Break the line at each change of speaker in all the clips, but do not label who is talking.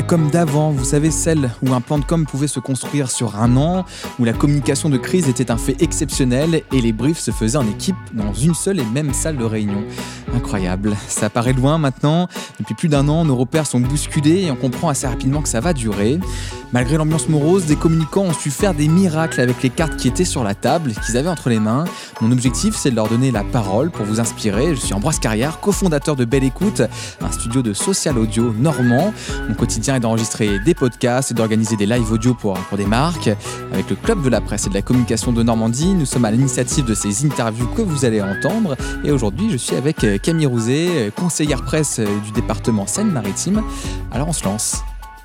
com d'avant, vous savez, celle où un plan de com pouvait se construire sur un an, où la communication de crise était un fait exceptionnel et les briefs se faisaient en équipe dans une seule et même salle de réunion. Incroyable, ça paraît loin maintenant. Depuis plus d'un an, nos repères sont bousculés et on comprend assez rapidement que ça va durer. Malgré l'ambiance morose, des communicants ont su faire des miracles avec les cartes qui étaient sur la table, qu'ils avaient entre les mains. Mon objectif, c'est de leur donner la parole pour vous inspirer. Je suis Ambroise Carrière, cofondateur de Belle Écoute, un studio de social audio normand. Mon quotidien est d'enregistrer des podcasts et d'organiser des lives audio pour des marques. Avec le Club de la presse et de la communication de Normandie, nous sommes à l'initiative de ces interviews que vous allez entendre. Et aujourd'hui, je suis avec Camille Rouzet, conseillère presse du département Seine-Maritime. Alors on se lance.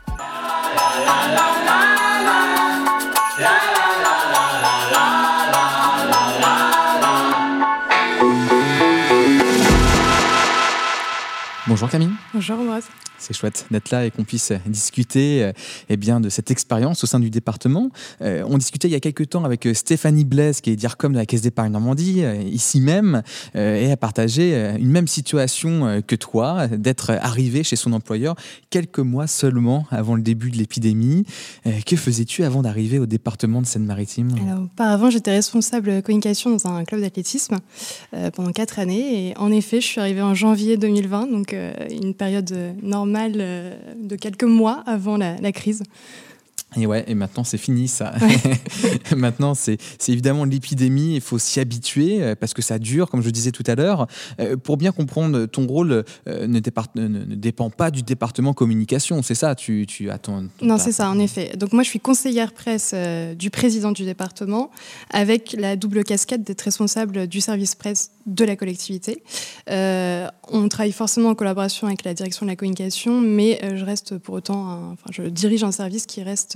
Bonjour Camille.
Bonjour Ambroise.
C'est chouette d'être là et qu'on puisse discuter de cette expérience au sein du département. On discutait il y a quelques temps avec Stéphanie Blaise, qui est DIRCOM de la Caisse d'Épargne Normandie, ici même, et a partagé une même situation que toi, d'être arrivée chez son employeur quelques mois seulement avant le début de l'épidémie. Que faisais-tu avant d'arriver au département de Seine-Maritime ?
Alors, auparavant, j'étais responsable communication dans un club d'athlétisme pendant 4 années. Et en effet, je suis arrivée en janvier 2020, donc une période normale de quelques mois avant la crise.
Et ouais, et maintenant c'est fini ça.
Ouais.
Maintenant c'est évidemment l'épidémie, il faut s'y habituer parce que ça dure, comme je disais tout à l'heure. Pour bien comprendre, ton rôle ne dépend pas du département communication, c'est ça tu attends.
Non, c'est ça, en effet. Donc moi je suis conseillère presse du président du département avec la double casquette d'être responsable du service presse de la collectivité. On travaille forcément en collaboration avec la direction de la communication, mais je reste pour autant, je dirige un service qui reste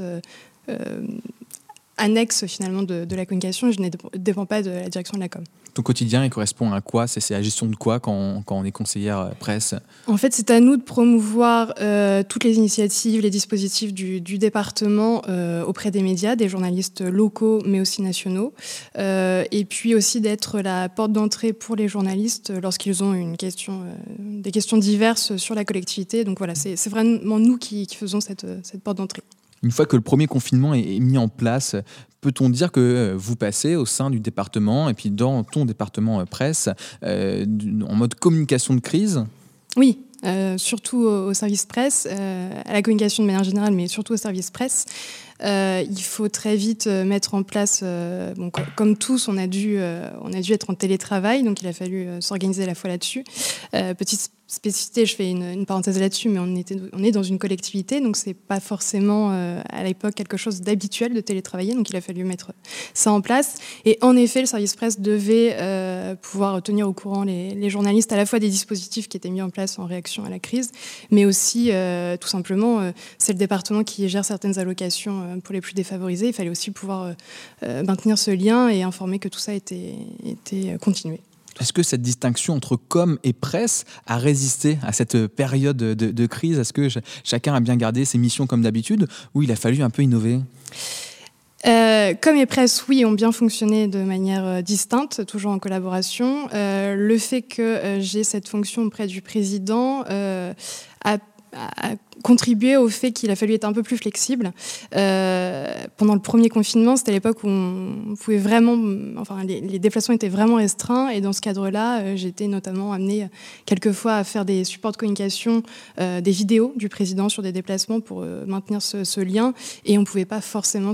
annexe finalement de la communication et je ne dépends pas de la direction de la com.
Ton quotidien, il correspond à quoi ? C'est la gestion de quoi quand on est conseillère presse ?
En fait, c'est à nous de promouvoir toutes les initiatives, les dispositifs du département auprès des médias, des journalistes locaux mais aussi nationaux. Et puis aussi d'être la porte d'entrée pour les journalistes lorsqu'ils ont des questions diverses sur la collectivité. Donc voilà, c'est vraiment nous qui faisons cette porte d'entrée.
Une fois que le premier confinement est mis en place, peut-on dire que vous passez au sein du département et puis dans ton département presse en mode communication de crise ?
Oui, surtout au service presse, à la communication de manière générale, mais surtout au service presse. Il faut très vite mettre en place, comme tous, on a dû être en télétravail, donc il a fallu s'organiser à la fois là-dessus. Petite spécificité, je fais une parenthèse là-dessus, mais on est dans une collectivité, donc c'est pas forcément à l'époque quelque chose d'habituel de télétravailler, donc il a fallu mettre ça en place. Et en effet, le service presse devait pouvoir tenir au courant les journalistes à la fois des dispositifs qui étaient mis en place en réaction à la crise, mais aussi tout simplement, c'est le département qui gère certaines allocations pour les plus défavorisés. Il fallait aussi pouvoir maintenir ce lien et informer que tout ça était continué.
Est-ce que cette distinction entre com et presse a résisté à cette période de crise ? Est-ce que chacun a bien gardé ses missions comme d'habitude ou il a fallu un peu innover ?
Com et presse, oui, ont bien fonctionné de manière distincte, toujours en collaboration. Le fait que j'ai cette fonction auprès du président a contribué au fait qu'il a fallu être un peu plus flexible. Pendant le premier confinement, c'était l'époque où on pouvait vraiment... les déplacements étaient vraiment restreints et dans ce cadre-là, j'ai été notamment amenée quelquefois à faire des supports de communication, des vidéos du président sur des déplacements pour maintenir ce lien et on ne pouvait pas forcément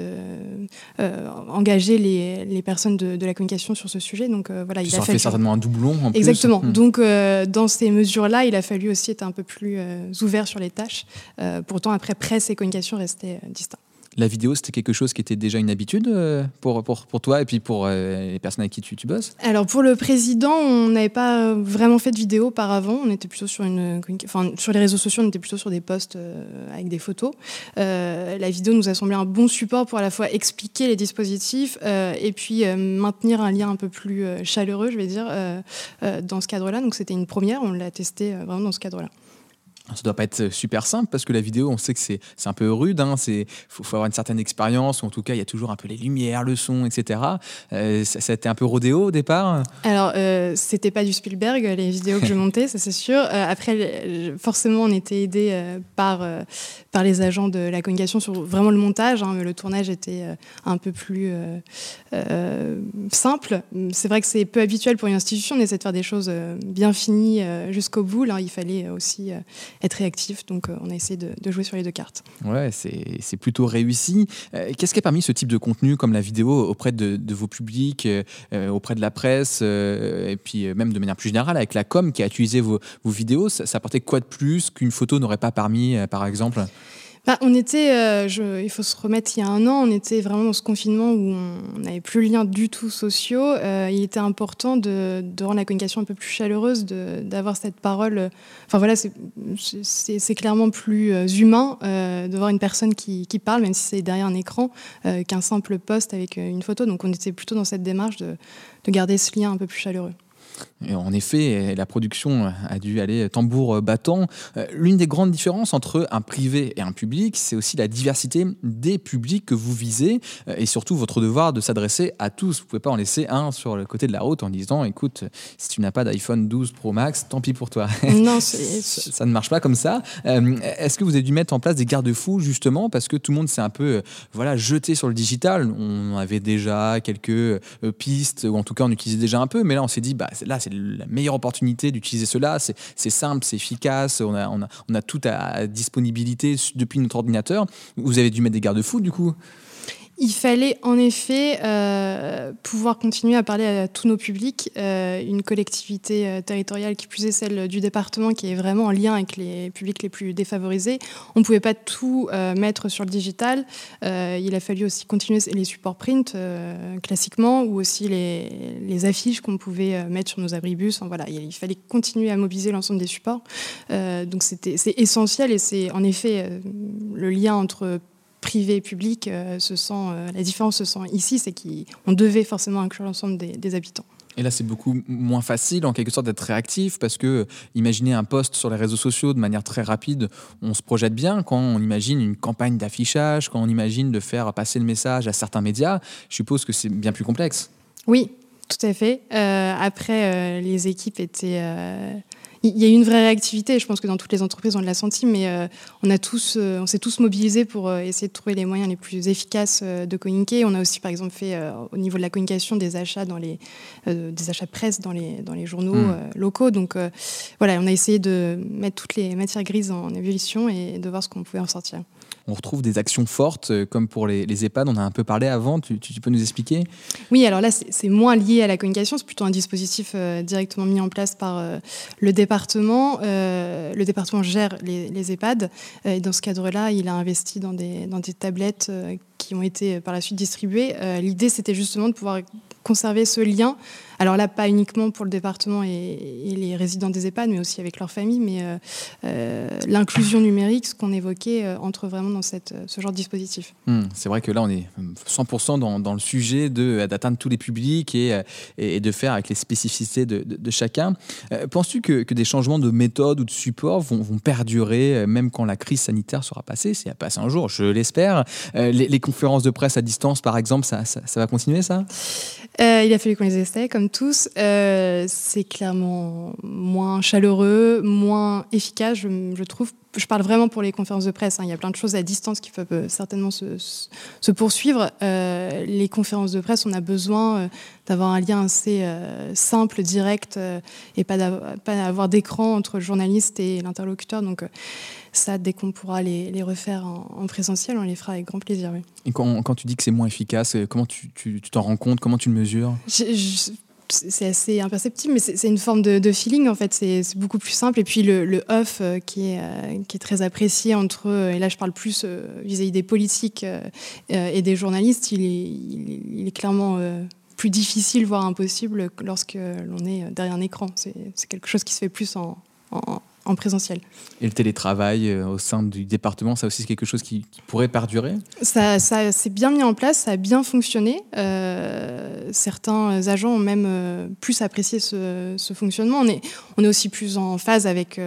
engager les personnes de la communication sur ce sujet. Donc voilà, il a fallu...
fait certainement un doublon en plus.
Exactement. Donc dans ces mesures-là, il a fallu aussi être un peu plus ouvert sur les tâches. Pourtant, après, presse et communication restaient distincts.
La vidéo, c'était quelque chose qui était déjà une habitude pour toi et puis pour les personnes avec qui tu bosses ? Alors,
pour le président, on n'avait pas vraiment fait de vidéo auparavant. On était plutôt sur sur les réseaux sociaux, on était plutôt sur des posts avec des photos. La vidéo nous a semblé un bon support pour à la fois expliquer les dispositifs et puis maintenir un lien un peu plus chaleureux, je vais dire, dans ce cadre-là. Donc, c'était une première. On l'a testé vraiment dans ce cadre-là.
Ça doit pas être super simple parce que la vidéo, on sait que c'est un peu rude. Faut avoir une certaine expérience, ou en tout cas, il y a toujours un peu les lumières, le son, etc. Ça a été un peu rodéo au départ.
Alors, c'était pas du Spielberg, les vidéos que je montais, ça c'est sûr. Après, forcément, on était aidé par les agents de la communication sur vraiment le montage. Le tournage était un peu plus simple. C'est vrai que c'est peu habituel pour une institution. On essaie de faire des choses bien finies jusqu'au bout. Là, il fallait aussi être réactif. Donc, on a essayé de jouer sur les deux cartes.
Ouais, c'est plutôt réussi. Qu'est-ce qui a permis ce type de contenu comme la vidéo auprès de vos publics, auprès de la presse, et puis même de manière plus générale avec la com qui a utilisé vos vidéos? Ça apportait quoi de plus qu'une photo n'aurait pas permis, par exemple?
On était, il faut se remettre, il y a un an, on était vraiment dans ce confinement où on n'avait plus le lien du tout sociaux. Il était important de rendre la communication un peu plus chaleureuse, d'avoir cette parole. Enfin voilà, c'est clairement plus humain de voir une personne qui parle, même si c'est derrière un écran, qu'un simple post avec une photo. Donc on était plutôt dans cette démarche de garder ce lien un peu plus chaleureux.
Et en effet, la production a dû aller tambour battant. L'une des grandes différences entre un privé et un public, c'est aussi la diversité des publics que vous visez et surtout votre devoir de s'adresser à tous. Vous ne pouvez pas en laisser un sur le côté de la route en disant « Écoute, si tu n'as pas d'iPhone 12 Pro Max, tant pis pour toi. »
Non,
ça ne marche pas comme ça. Est-ce que vous avez dû mettre en place des garde-fous justement parce que tout le monde s'est un peu jeté sur le digital? On avait déjà quelques pistes, ou en tout cas on utilisait déjà un peu, mais là on s'est dit là, c'est la meilleure opportunité d'utiliser cela. C'est simple, c'est efficace. On a tout à disponibilité depuis notre ordinateur. Vous avez dû mettre des garde-fous, du coup?
Il fallait en effet pouvoir continuer à parler à tous nos publics, une collectivité territoriale qui plus est celle du département qui est vraiment en lien avec les publics les plus défavorisés. On ne pouvait pas tout mettre sur le digital. Il a fallu aussi continuer les supports print classiquement ou aussi les affiches qu'on pouvait mettre sur nos abribus. Enfin, voilà, il fallait continuer à mobiliser l'ensemble des supports. Donc c'est essentiel et c'est en effet le lien entre privé et public, la différence se sent ici, c'est qu'on devait forcément inclure l'ensemble des habitants.
Et là, c'est beaucoup moins facile, en quelque sorte, d'être réactif parce que imaginer un post sur les réseaux sociaux de manière très rapide, on se projette bien. Quand on imagine une campagne d'affichage, quand on imagine de faire passer le message à certains médias, je suppose que c'est bien plus complexe.
Oui, tout à fait. Après, les équipes étaient... Il y a eu une vraie réactivité, je pense que dans toutes les entreprises on l'a senti, mais on s'est tous mobilisés pour essayer de trouver les moyens les plus efficaces de communiquer. On a aussi par exemple fait au niveau de la communication des achats des achats presse dans les journaux locaux. Donc voilà, on a essayé de mettre toutes les matières grises en ébullition et de voir ce qu'on pouvait en sortir.
On retrouve des actions fortes, comme pour les EHPAD, on a un peu parlé avant, tu peux nous expliquer?
Oui, alors là, c'est moins lié à la communication, c'est plutôt un dispositif directement mis en place par le département. Le département gère les EHPAD, et dans ce cadre-là, il a investi dans des tablettes qui ont été par la suite distribuées. L'idée, c'était justement de pouvoir conserver ce lien. Alors là, pas uniquement pour le département et les résidents des EHPAD, mais aussi avec leurs familles, mais l'inclusion numérique, ce qu'on évoquait, entre vraiment dans ce genre de dispositif.
C'est vrai que là, on est 100% dans le sujet d'atteindre tous les publics et de faire avec les spécificités de chacun. Penses-tu que des changements de méthode ou de support vont perdurer, même quand la crise sanitaire sera passée? Si elle passe un jour, je l'espère. Les conférences de presse à distance, par exemple, ça va continuer, ça?
Il a fallu qu'on les essaie, comme tous. C'est clairement moins chaleureux, moins efficace, je trouve. Je parle vraiment pour les conférences de presse. Il y a plein de choses à distance qui peuvent certainement se poursuivre. Les conférences de presse, on a besoin d'avoir un lien assez simple, direct, et pas avoir d'écran entre le journaliste et l'interlocuteur. Donc ça, dès qu'on pourra les refaire en présentiel, on les fera avec grand plaisir. Oui.
Et quand tu dis que c'est moins efficace, comment tu t'en rends compte? Comment tu le mesures?
C'est assez imperceptible, mais c'est une forme de feeling, en fait. C'est beaucoup plus simple. Et puis le off qui est très apprécié et là je parle plus vis-à-vis des politiques et des journalistes, il est clairement plus difficile, voire impossible, lorsque l'on est derrière un écran. C'est quelque chose qui se fait plus en en présentiel.
Et le télétravail au sein du département, ça aussi c'est quelque chose qui pourrait perdurer ?
Ça s'est bien mis en place, ça a bien fonctionné. Certains agents ont même plus apprécié ce fonctionnement. On est aussi plus en phase avec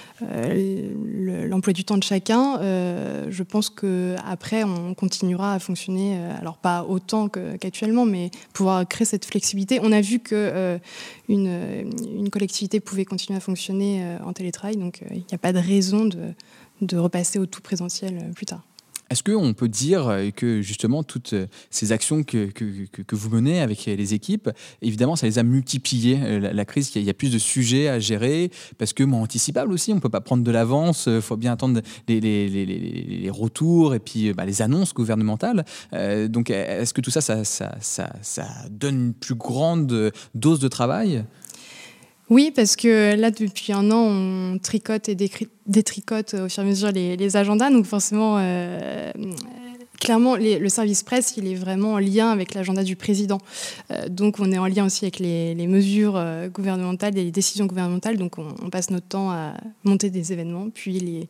l'emploi du temps de chacun. Je pense qu'après, on continuera à fonctionner, alors pas autant qu'actuellement, mais pouvoir créer cette flexibilité. On a vu qu'une collectivité pouvait continuer à fonctionner en télétravail, donc il n'y a pas de raison de repasser au tout présentiel plus tard.
Est-ce qu'on peut dire que justement toutes ces actions que vous menez avec les équipes, évidemment ça les a multipliées, la crise, qu'il y a plus de sujets à gérer, parce que moins anticipable aussi, on ne peut pas prendre de l'avance, il faut bien attendre les retours et puis les annonces gouvernementales. Donc est-ce que tout ça donne une plus grande dose de travail ?
Oui, parce que là, depuis un an, on tricote et détricote au fur et à mesure les agendas. Donc forcément, clairement, le service presse, il est vraiment en lien avec l'agenda du président. Donc on est en lien aussi avec les mesures gouvernementales et les décisions gouvernementales. Donc on passe notre temps à monter des événements, puis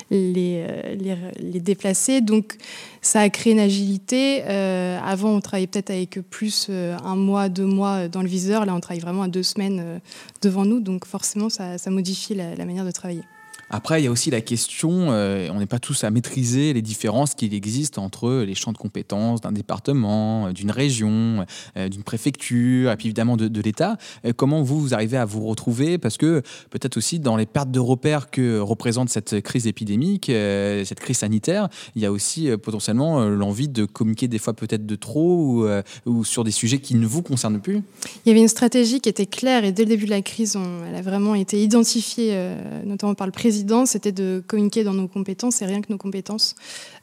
les déplacer. Donc ça a créé une agilité. Avant, on travaillait peut-être avec plus 1 mois, 2 mois dans le viseur. Là, on travaille vraiment à 2 semaines devant nous. Donc forcément, ça modifie la manière de travailler.
Après, il y a aussi la question, on n'est pas tous à maîtriser les différences qu'il existe entre les champs de compétences d'un département, d'une région, d'une préfecture, et puis évidemment de l'État. Comment vous arrivez à vous retrouver ? Parce que peut-être aussi dans les pertes de repères que représente cette crise épidémique, cette crise sanitaire, il y a aussi potentiellement l'envie de communiquer des fois peut-être de trop ou sur des sujets qui ne vous concernent plus.
Il y avait une stratégie qui était claire et dès le début de la crise, elle a vraiment été identifiée, notamment par le président, c'était de communiquer dans nos compétences et rien que nos compétences.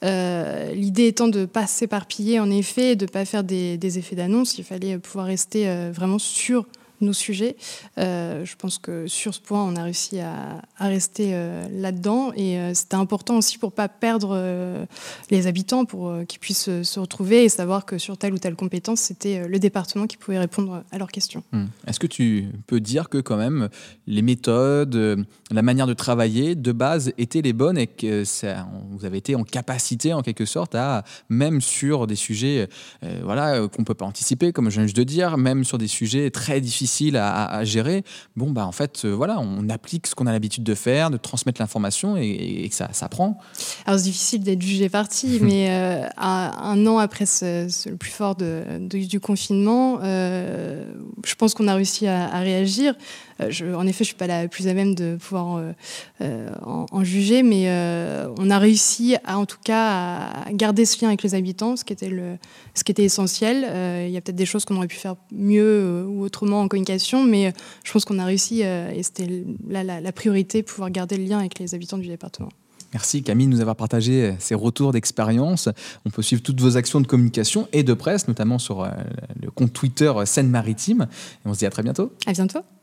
L'idée étant de ne pas s'éparpiller, en effet, et de ne pas faire des effets d'annonce. Il fallait pouvoir rester vraiment sur nos sujets. Je pense que sur ce point, on a réussi à rester là-dedans. Et c'était important aussi pour ne pas perdre les habitants, pour qu'ils puissent se retrouver et savoir que sur telle ou telle compétence, c'était le département qui pouvait répondre à leurs questions.
Est-ce que tu peux dire que quand même les méthodes, la manière de travailler de base étaient les bonnes et que vous avez été en capacité en quelque sorte à, même sur des sujets qu'on ne peut pas anticiper, comme je viens de dire, même sur des sujets très difficiles à gérer, en fait, on applique ce qu'on a l'habitude de faire, de transmettre l'information et que ça prend.
Alors c'est difficile d'être jugé parti, mais un an après le plus fort du confinement, je pense qu'on a réussi à réagir. En effet, je ne suis pas la plus à même de pouvoir en juger, mais on a réussi en tout cas à garder ce lien avec les habitants, ce qui était essentiel. Il y a peut-être des choses qu'on aurait pu faire mieux ou autrement en communication, mais je pense qu'on a réussi, et c'était la priorité, pouvoir garder le lien avec les habitants du département.
Merci Camille de nous avoir partagé ces retours d'expérience. On peut suivre toutes vos actions de communication et de presse, notamment sur le compte Twitter Seine-Maritime. Et on se dit à très bientôt.
À bientôt.